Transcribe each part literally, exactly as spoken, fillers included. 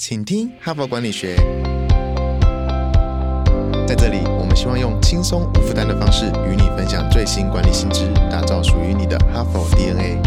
请听哈佛管理学。在这里，我们希望用轻松无负担的方式与你分享最新管理新知，打造属于你的哈佛 D N A。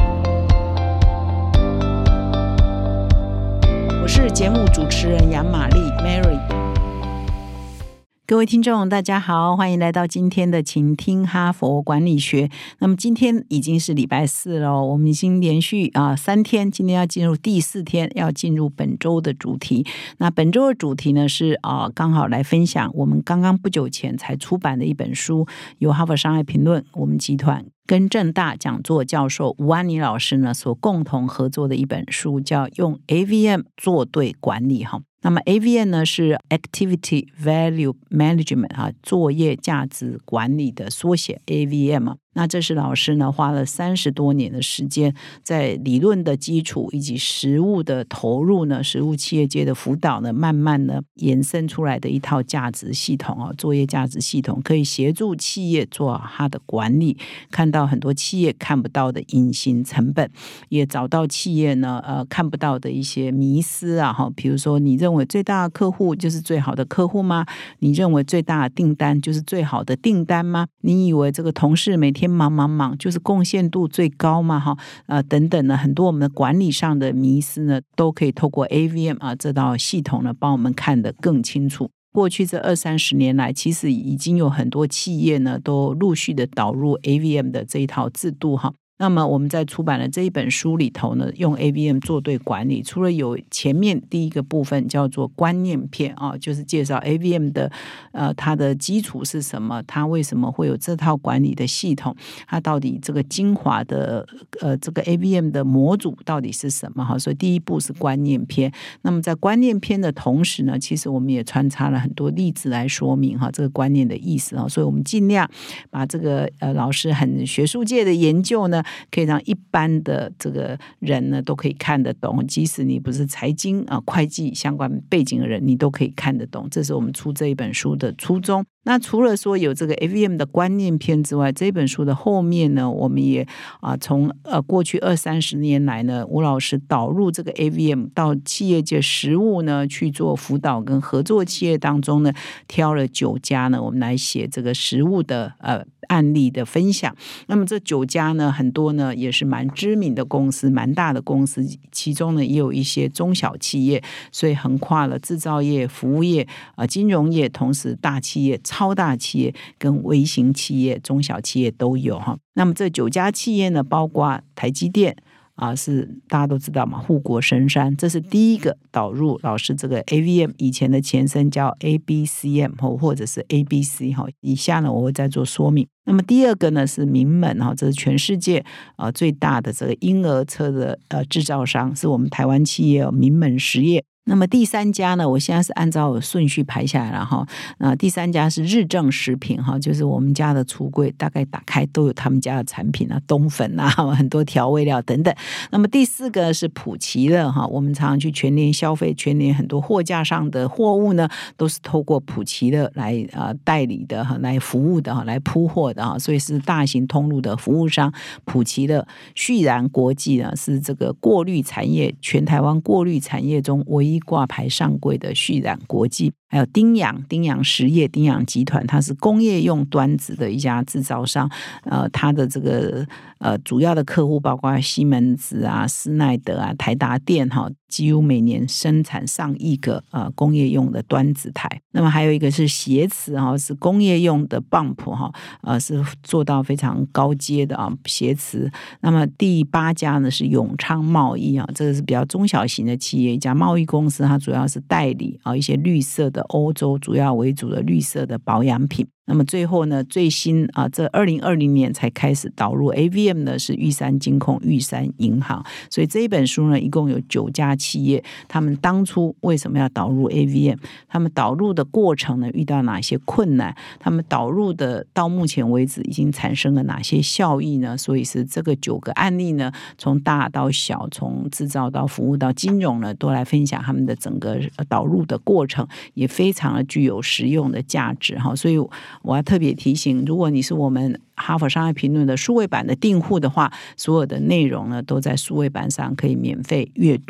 我是节目主持人杨玛丽 Mary。各位听众大家好，欢迎来到今天的请听哈佛管理学。那么今天已经是礼拜四了，我们已经连续啊三天，今天要进入第四天，要进入本周的主题。那本周的主题呢是啊刚好来分享我们刚刚不久前才出版的一本书，由哈佛商业评论我们集团跟政大讲座教授吴安妮老师呢所共同合作的一本书，叫用 A V M 做对管理哈。那么 A V M 呢是 Activity Value Management 啊，作业价值管理的缩写 A V M。那这是老师呢花了三十多年的时间，在理论的基础以及实务的投入呢，实务企业界的辅导呢，慢慢呢延伸出来的一套价值系统哦，作业价值系统可以协助企业做好它的管理，看到很多企业看不到的隐形成本，也找到企业呢呃看不到的一些迷思啊哈，比如说你认为最大的客户就是最好的客户吗？你认为最大的订单就是最好的订单吗？你以为这个同事每天忙忙忙就是贡献度最高嘛哈呃等等呢，很多我们的管理上的迷思呢，都可以透过 A V M 啊这套系统呢，帮我们看得更清楚。过去这二三十年来，其实已经有很多企业呢，都陆续的导入 A V M 的这一套制度哈。那么我们在出版的这一本书里头呢，用 A V M 做对管理，除了有前面第一个部分叫做观念片啊，就是介绍 A V M 的呃它的基础是什么，它为什么会有这套管理的系统，它到底这个精华的呃这个 A V M 的模组到底是什么哈，所以第一步是观念片。那么在观念片的同时呢，其实我们也穿插了很多例子来说明哈这个观念的意思啊，所以我们尽量把这个呃老师很学术界的研究呢，可以让一般的这个人呢都可以看得懂，即使你不是财经啊、会计相关背景的人，你都可以看得懂，这是我们出这一本书的初衷。那除了说有这个 A V M 的观念片之外，这本书的后面呢，我们也啊从呃过去二三十年来呢，吴老师导入这个 A V M 到企业界实务呢去做辅导跟合作企业当中呢，挑了九家呢，我们来写这个实务的呃案例的分享。那么这九家呢，很多呢也是蛮知名的公司，蛮大的公司，其中呢也有一些中小企业，所以横跨了制造业、服务业、呃金融业，同时大企业、超大企业跟微型企业、中小企业都有哈。那么这九家企业呢，包括台积电啊，是大家都知道嘛，护国神山，这是第一个导入老师这个 A V M， 以前的前身叫 A B C M 或者是 A B C 哈，以下呢我会再做说明。那么第二个呢是名门哈，这是全世界呃最大的这个婴儿车的呃制造商，是我们台湾企业名门实业。那么第三家呢，我现在是按照顺序排下来了哈。那第三家是日正食品哈，就是我们家的橱柜大概打开都有他们家的产品啊，冬粉啊，很多调味料等等。那么第四个是普奇乐哈，我们常常去全联消费，全联很多货架上的货物呢，都是透过普奇乐来呃代理的哈，来服务的哈，来铺货的哈，所以是大型通路的服务商。普奇乐，旭然国际呢是这个过滤产业全台湾过滤产业中唯一挂牌上柜的旭然国际，还有丁洋丁洋实业丁洋集团，它是工业用端子的一家制造商，呃，它的这个呃主要的客户包括西门子啊、施耐德啊、台达电哈，几乎每年生产上亿个呃工业用的端子台。那么还有一个是鞋瓷哈，是工业用的 bump 哈，呃是做到非常高阶的啊鞋瓷。那么第八家呢是永昌贸易啊，这个是比较中小型的企业，一家贸易公司，它主要是代理啊一些绿色的欧洲主要为主的绿色的保养品。那么最后呢，最新啊，这二零二零年才开始导入 A V M 呢，是玉山金控、玉山银行。所以这一本书呢，一共有九家企业，他们当初为什么要导入 A V M？ 他们导入的过程呢，遇到哪些困难？他们导入的到目前为止已经产生了哪些效益呢？所以是这个九个案例呢，从大到小，从制造到服务到金融呢，都来分享他们的整个导入的过程，也非常的具有实用的价值哈。所以我要特别提醒，如果你是我们哈佛商业评论的数位版的订户的话，所有的内容呢都在数位版上可以免费阅读哈。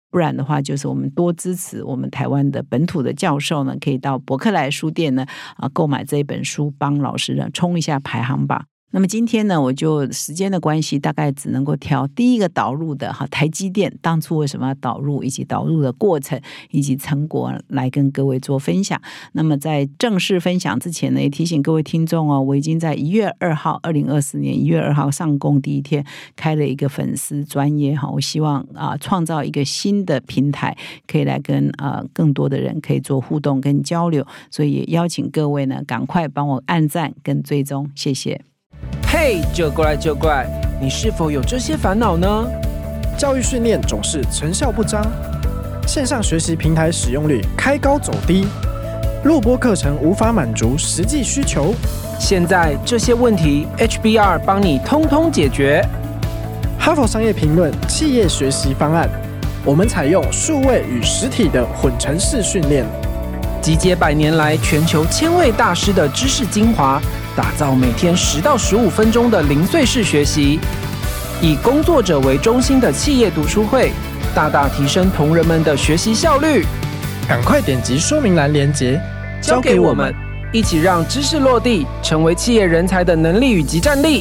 不然的话就是我们多支持我们台湾的本土的教授呢，可以到博客来书店呢啊购买这一本书，帮老师呢冲一下排行榜。那么今天呢，我就时间的关系，大概只能够挑第一个导入的哈台积电当初为什么要导入，以及导入的过程以及成果来跟各位做分享。那么在正式分享之前呢，也提醒各位听众哦，我已经在一月二号，二零二四年一月二号上工第一天开了一个粉丝专页哈，我希望啊创造一个新的平台，可以来跟啊更多的人可以做互动跟交流，所以也邀请各位呢赶快帮我按赞跟追踪，谢谢。 嘿，就过来就过来，你是否有这些烦恼呢？ 教育训练总是成效不彰，线上学习平台使用率开高走低，录播课程无法满足实际需求。 现在这些问题 H B R 帮你通通解决。 哈佛商业评论企业学习方案，我们采用数位与实体的混成式训练， 集结百年来全球千位大师的知识精华，打造每天十到十五分钟的零碎式学习，以工作者为中心的企业读书会，大大提升同仁们的学习效率。 赶快点击说明栏连结， 交给我们，一起让知识落地，成为企业人才的能力与即战力。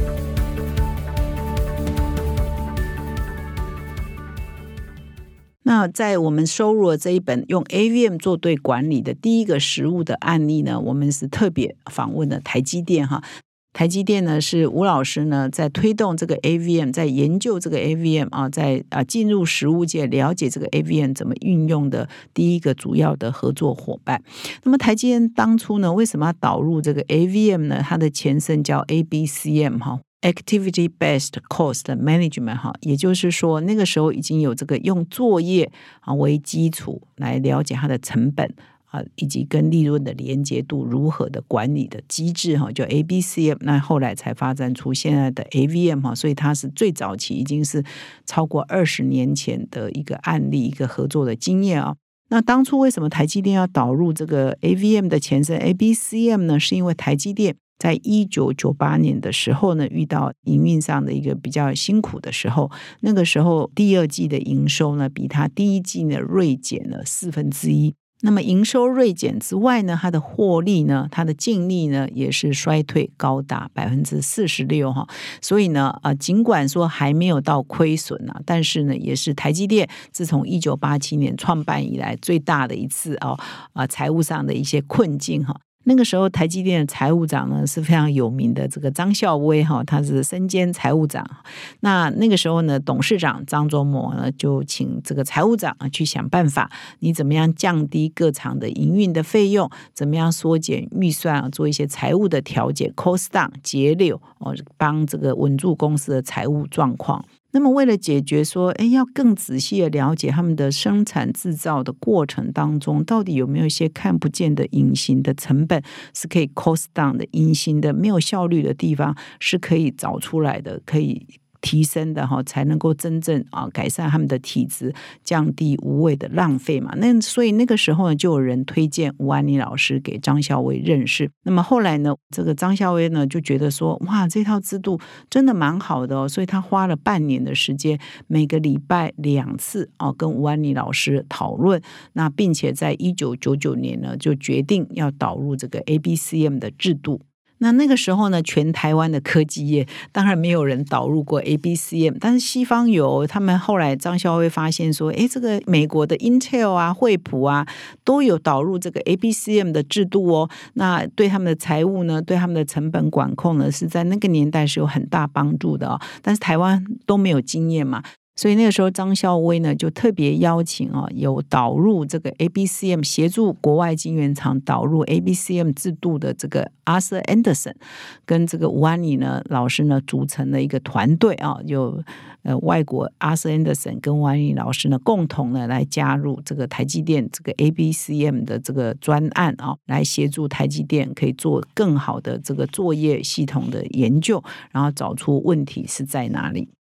那在我们收入的这一本用 A V M 做对管理的第一个实务的案例呢，我们是特别访问了台积电哈。台积电呢是吴老师呢在推动这个 A V M， 在研究这个 A V M 啊，在啊进入实务界了解这个 A V M 怎么运用的第一个主要的合作伙伴。那么台积电当初呢为什么要导入这个 A V M 呢？它的前身叫 A B C M 哈。Activity-based cost management 哈，也就是说那个时候已经有这个用作业啊为基础来了解它的成本啊，以及跟利润的连结度如何的管理的机制哈，就 A B C M， 那后来才发展出现在的 A V M 哈，所以它是最早期已经是超过二十年前的一个案例，一个合作的经验啊。那当初为什么台积电要导入这个 A V M 的前身 A B C M 呢？是因为台积电在一九九八年的时候呢，遇到营运上的一个比较辛苦的时候，那个时候第二季的营收呢，比它第一季呢锐减了四分之一。那么营收锐减之外呢，它的获利呢，它的净利呢也是衰退高达百分之四十六哈。所以呢，呃，尽管说还没有到亏损啊，但是呢，也是台积电自从一九八七年创办以来最大的一次哦，啊、呃，财务上的一些困境哈。那个时候台积电的财务长呢是非常有名的这个张孝威哈，他是身兼财务长。那那个时候呢，董事长张忠谋呢就请这个财务长去想办法，你怎么样降低各厂的营运的费用，怎么样缩减预算，做一些财务的调节 cost down 节流，帮这个稳住公司的财务状况。那么为了解决说，哎，要更仔细的了解他们的生产制造的过程当中，到底有没有一些看不见的隐形的成本是可以 cost down 的，隐形的没有效率的地方是可以找出来的，可以提升的哈，才能够真正啊改善他们的体质，降低无谓的浪费嘛。那所以那个时候呢，就有人推荐吴安妮老师给张孝威认识。那么后来呢，这个张孝威呢就觉得说，哇，这套制度真的蛮好的哦，所以他花了半年的时间，每个礼拜两次哦跟吴安妮老师讨论。那并且在一九九九年呢，就决定要导入这个 A B C M 的制度。那那个时候呢，全台湾的科技业当然没有人导入过 A B C M， 但是西方有。他们后来张孝威发现说，诶，这个美国的 Intel 啊、惠普啊都有导入这个 A B C M 的制度哦。那对他们的财务呢，对他们的成本管控呢，是在那个年代是有很大帮助的哦。但是台湾都没有经验嘛。所以那个时候张孝威呢就特别邀请啊，有导入这个 A B C M 协助国外晶圆厂导入 A B C M 制度的这个 Arthur Anderson 跟这个吴安妮呢老师呢组成了一个团队啊，有呃外国 Arthur Anderson 跟吴安妮老师呢共同呢来加入这个台积电这个 A B C M 的这个专案啊，来协助台积电可以做更好的这个作业系统的研究，然后找出问题是在哪里。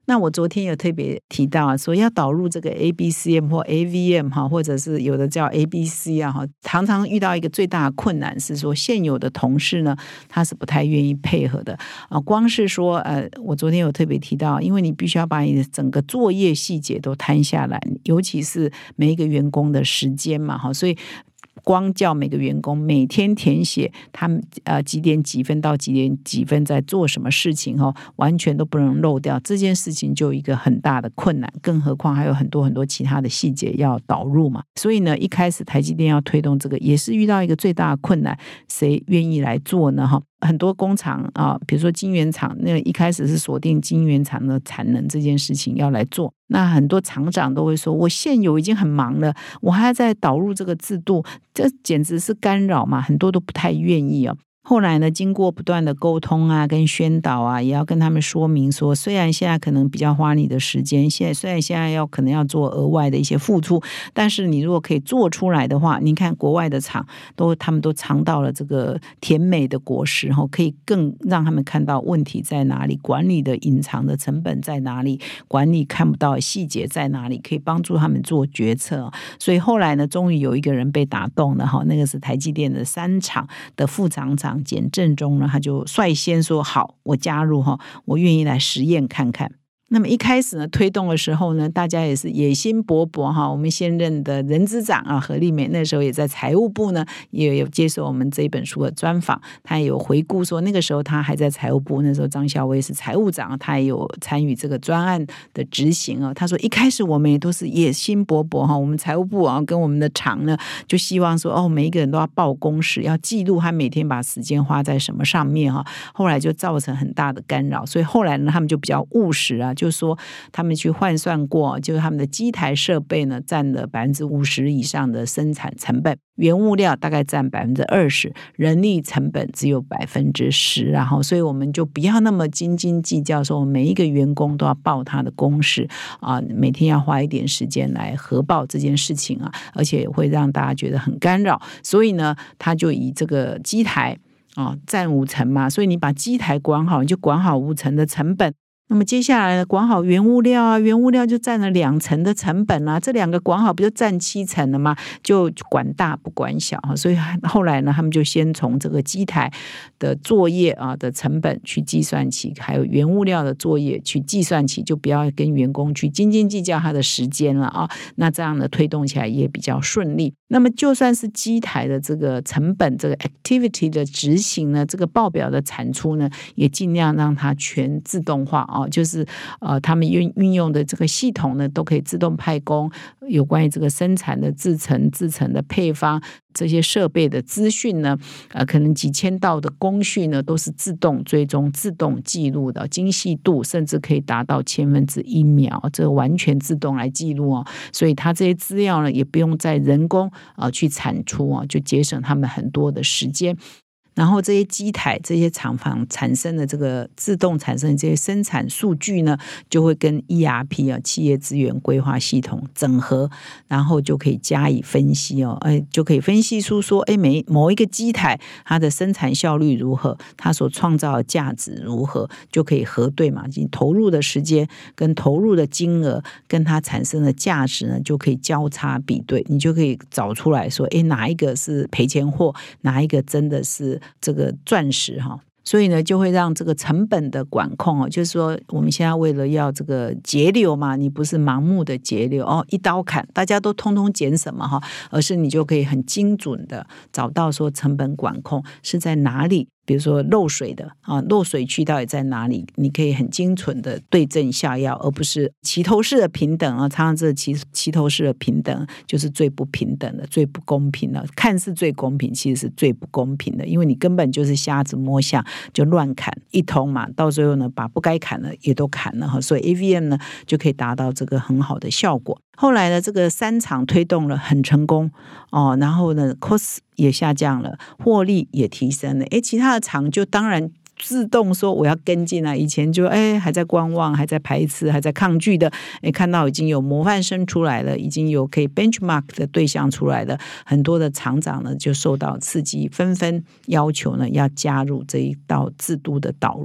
那我昨天有特别提到啊，说要导入这个 A B C M 或 A V M 哈，或者是有的叫 A B C 啊哈，常常遇到一个最大的困难是说，现有的同事呢，他是不太愿意配合的啊。光是说呃，我昨天有特别提到，因为你必须要把你的整个作业细节都摊下来，尤其是每一个员工的时间嘛哈，所以光叫每个员工每天填写他们呃几点几分到几点几分在做什么事情哦，完全都不能漏掉，这件事情就有一个很大的困难，更何况还有很多很多其他的细节要导入嘛。所以呢，一开始台积电要推动这个，也是遇到一个最大的困难，谁愿意来做呢？哈，很多工厂啊，比如说晶圆厂，那一开始是锁定晶圆厂的产能这件事情要来做，那很多厂长都会说，我现有已经很忙了，我还要再导入这个制度，这简直是干扰嘛，很多都不太愿意哦。后来呢，经过不断的沟通啊，跟宣导啊，也要跟他们说明说，虽然现在可能比较花你的时间，现在虽然现在要可能要做额外的一些付出，但是你如果可以做出来的话，你看国外的厂都他们都尝到了这个甜美的果实，可以更让他们看到问题在哪里，管理的隐藏的成本在哪里，管理看不到的细节在哪里，可以帮助他们做决策。所以后来呢，终于有一个人被打动了，那个是台积电的三厂的副厂长简正中呢，他就率先说好，我加入，我愿意来实验看看。那么一开始呢，推动的时候呢，大家也是野心勃勃哈。我们现任的人资长啊，何丽美那时候也在财务部呢，也有接受我们这一本书的专访，他也有回顾说，那个时候他还在财务部，那时候张孝威是财务长，他也有参与这个专案的执行啊。他说一开始我们也都是野心勃勃哈，我们财务部啊跟我们的厂呢，就希望说哦，每一个人都要报公事，要记录他每天把时间花在什么上面哈。后来就造成很大的干扰，所以后来呢，他们就比较务实啊。就是说他们去换算过，就是他们的机台设备呢占了百分之五十以上的生产成本，原物料大概占百分之二十，人力成本只有百分之十，然后所以我们就不要那么斤斤计较，说每一个员工都要报他的工时啊，每天要花一点时间来核报这件事情啊，而且也会让大家觉得很干扰，所以呢，他就以这个机台啊占五成嘛，所以你把机台管好，你就管好五成的成本。那么接下来呢，管好原物料啊，原物料就占了两成的成本啊，这两个管好不就占七成了吗？就管大不管小，所以后来呢，他们就先从这个机台的作业啊的成本去计算起，还有原物料的作业去计算起，就不要跟员工去斤斤计较他的时间了啊。那这样呢，推动起来也比较顺利。那么就算是机台的这个成本，这个 activity 的执行呢，这个报表的产出呢，也尽量让它全自动化啊，就是呃，他们运运用的这个系统呢，都可以自动派工，有关于这个生产的制程、制程的配方。这些设备的资讯呢，呃，可能几千道的工序呢，都是自动追踪、自动记录的，精细度甚至可以达到千分之一秒，这个完全自动来记录哦。所以它这些资料呢，也不用再人工啊、呃、去产出啊，就节省他们很多的时间。然后这些机台、这些厂房产生的这个自动产生的这些生产数据呢，就会跟 E R P 啊企业资源规划系统整合，然后就可以加以分析哦，哎，就可以分析出说，哎，每某一个机台它的生产效率如何，它所创造的价值如何，就可以核对嘛，你投入的时间跟投入的金额跟它产生的价值呢，就可以交叉比对，你就可以找出来说，哎，哪一个是赔钱货，哪一个真的是这个钻石哈。所以呢，就会让这个成本的管控哦，就是说我们现在为了要这个节流嘛，你不是盲目的节流哦，一刀砍，大家都通通减什么哈，而是你就可以很精准的找到说成本管控是在哪里。比如说漏水的啊，漏水区到底在哪里？你可以很精准的对症下药，而不是齐头式的平等啊。常常这齐齐头式的平等就是最不平等的、最不公平的。看似最公平，其实是最不公平的，因为你根本就是瞎子摸象，就乱砍一通嘛。到最后呢，把不该砍的也都砍了哈。所以 A V M 呢就可以达到这个很好的效果。后来呢，这个三厂推动了很成功哦，然后呢 cost 也下降了，获利也提升了。诶，其他的厂就当然自动说我要跟进来，以前就诶还在观望，还在排斥，还在抗拒的，诶看到已经有模范生出来了，已经有可以 benchmark 的对象出来了，很多的厂长呢就受到刺激，纷纷要求呢要加入这一道制度的导入。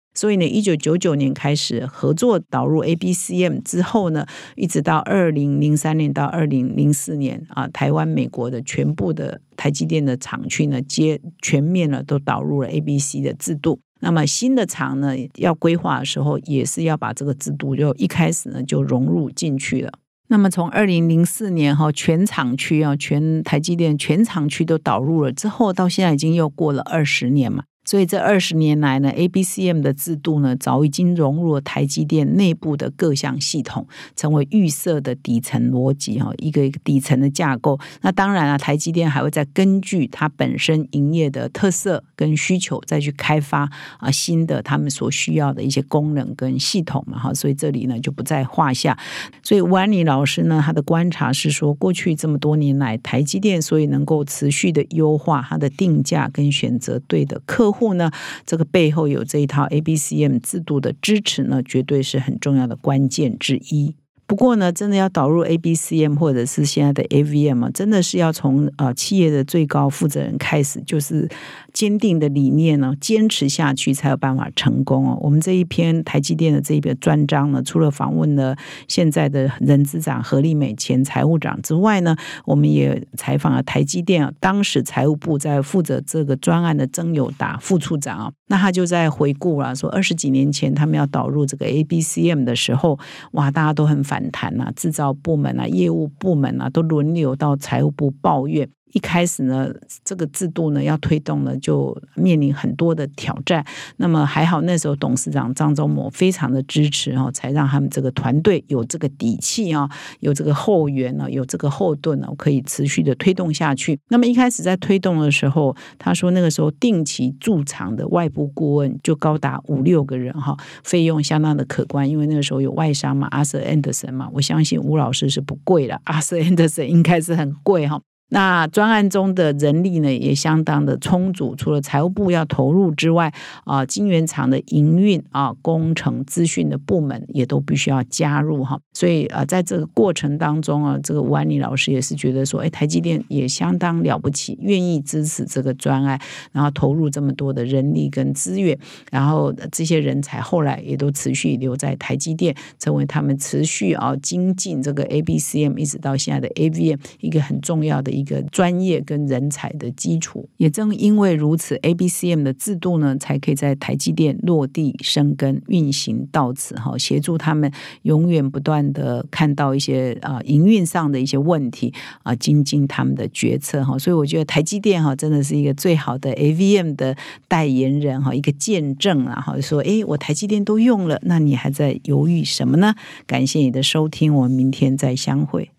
所以呢一九九九年开始合作导入 A B C M 之后呢，一直到二零零三年到二零零四年啊，台湾美国的全部的台积电的厂区呢，皆全面了都导入了 A B C 的制度。那么新的厂呢要规划的时候，也是要把这个制度就一开始呢就融入进去了。那么从二零零四年全厂区全台积电全厂区都导入了之后，到现在已经又过了二十年嘛，所以这二十年来呢 A B C M 的制度呢早已经融入了台积电内部的各项系统，成为预设的底层逻辑，一个一个底层的架构。那当然啊，台积电还会再根据它本身营业的特色跟需求再去开发啊新的他们所需要的一些功能跟系统嘛，所以这里呢就不在话下。所以吴安妮老师呢他的观察是说，过去这么多年来台积电所以能够持续的优化它的定价跟选择对的客户呢，这个背后有这一套 A B C M 制度的支持呢，绝对是很重要的关键之一。不过呢，真的要导入 A B C M 或者是现在的 A V M 真的是要从呃企业的最高负责人开始，就是坚定的理念呢，坚持下去才有办法成功哦。我们这一篇台积电的这一篇专章呢，除了访问了现在的人资长何立美前财务长之外呢，我们也采访了台积电当时财务部在负责这个专案的曾友达副处长哦，那他就在回顾了说，二十几年前他们要导入这个 A B C M 的时候，哇，大家都很反谈啊，制造部门啊、业务部门啊，都轮流到财务部抱怨。一开始呢，这个制度呢要推动呢，就面临很多的挑战。那么还好那时候董事长张忠谋非常的支持哦，才让他们这个团队有这个底气啊，有这个后援啊，有这个后盾啊，可以持续的推动下去。那么一开始在推动的时候，他说那个时候定期驻场的外部顾问就高达五六个人哈，费用相当的可观，因为那个时候有外商嘛 ，Arthur Andersen 嘛，我相信吴老师是不贵了 ，Arthur Andersen 应该是很贵哈。那专案中的人力呢也相当的充足，除了财务部要投入之外啊，晶圆厂的营运啊、工程、资讯的部门也都必须要加入哈。所以啊，在这个过程当中啊，这个吴安妮老师也是觉得说，哎，台积电也相当了不起，愿意支持这个专案，然后投入这么多的人力跟资源，然后这些人才后来也都持续留在台积电，成为他们持续啊精进这个 A B C M 一直到现在的 A V M 一个很重要的一个专业跟人才的基础。也正因为如此 A B C M 的制度呢，才可以在台积电落地生根运行到此，协助他们永远不断的看到一些啊营运上的一些问题啊，精进他们的决策。所以我觉得台积电真的是一个最好的 A V M 的代言人，一个见证啊，说诶我台积电都用了，那你还在犹豫什么呢？感谢你的收听，我们明天再相会。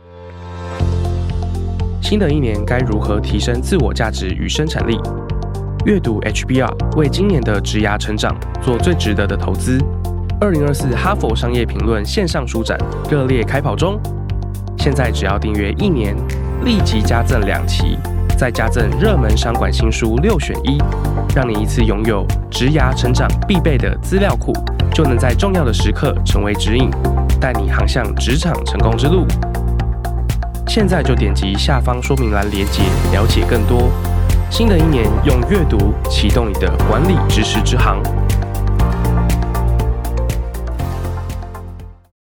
新的一年该如何提升自我价值与生产力？阅读 H B R 为今年的职涯成长做最值得的投资。二零二四哈佛商业评论线上书展热烈开跑中，现在只要订阅一年，立即加赠两期，再加赠热门商管新书六选一，让你一次拥有职涯成长必备的资料库，就能在重要的时刻成为指引，带你航向职场成功之路。现在就点击下方说明栏连结，了解更多。新的一年，用阅读启动你的管理知识之航。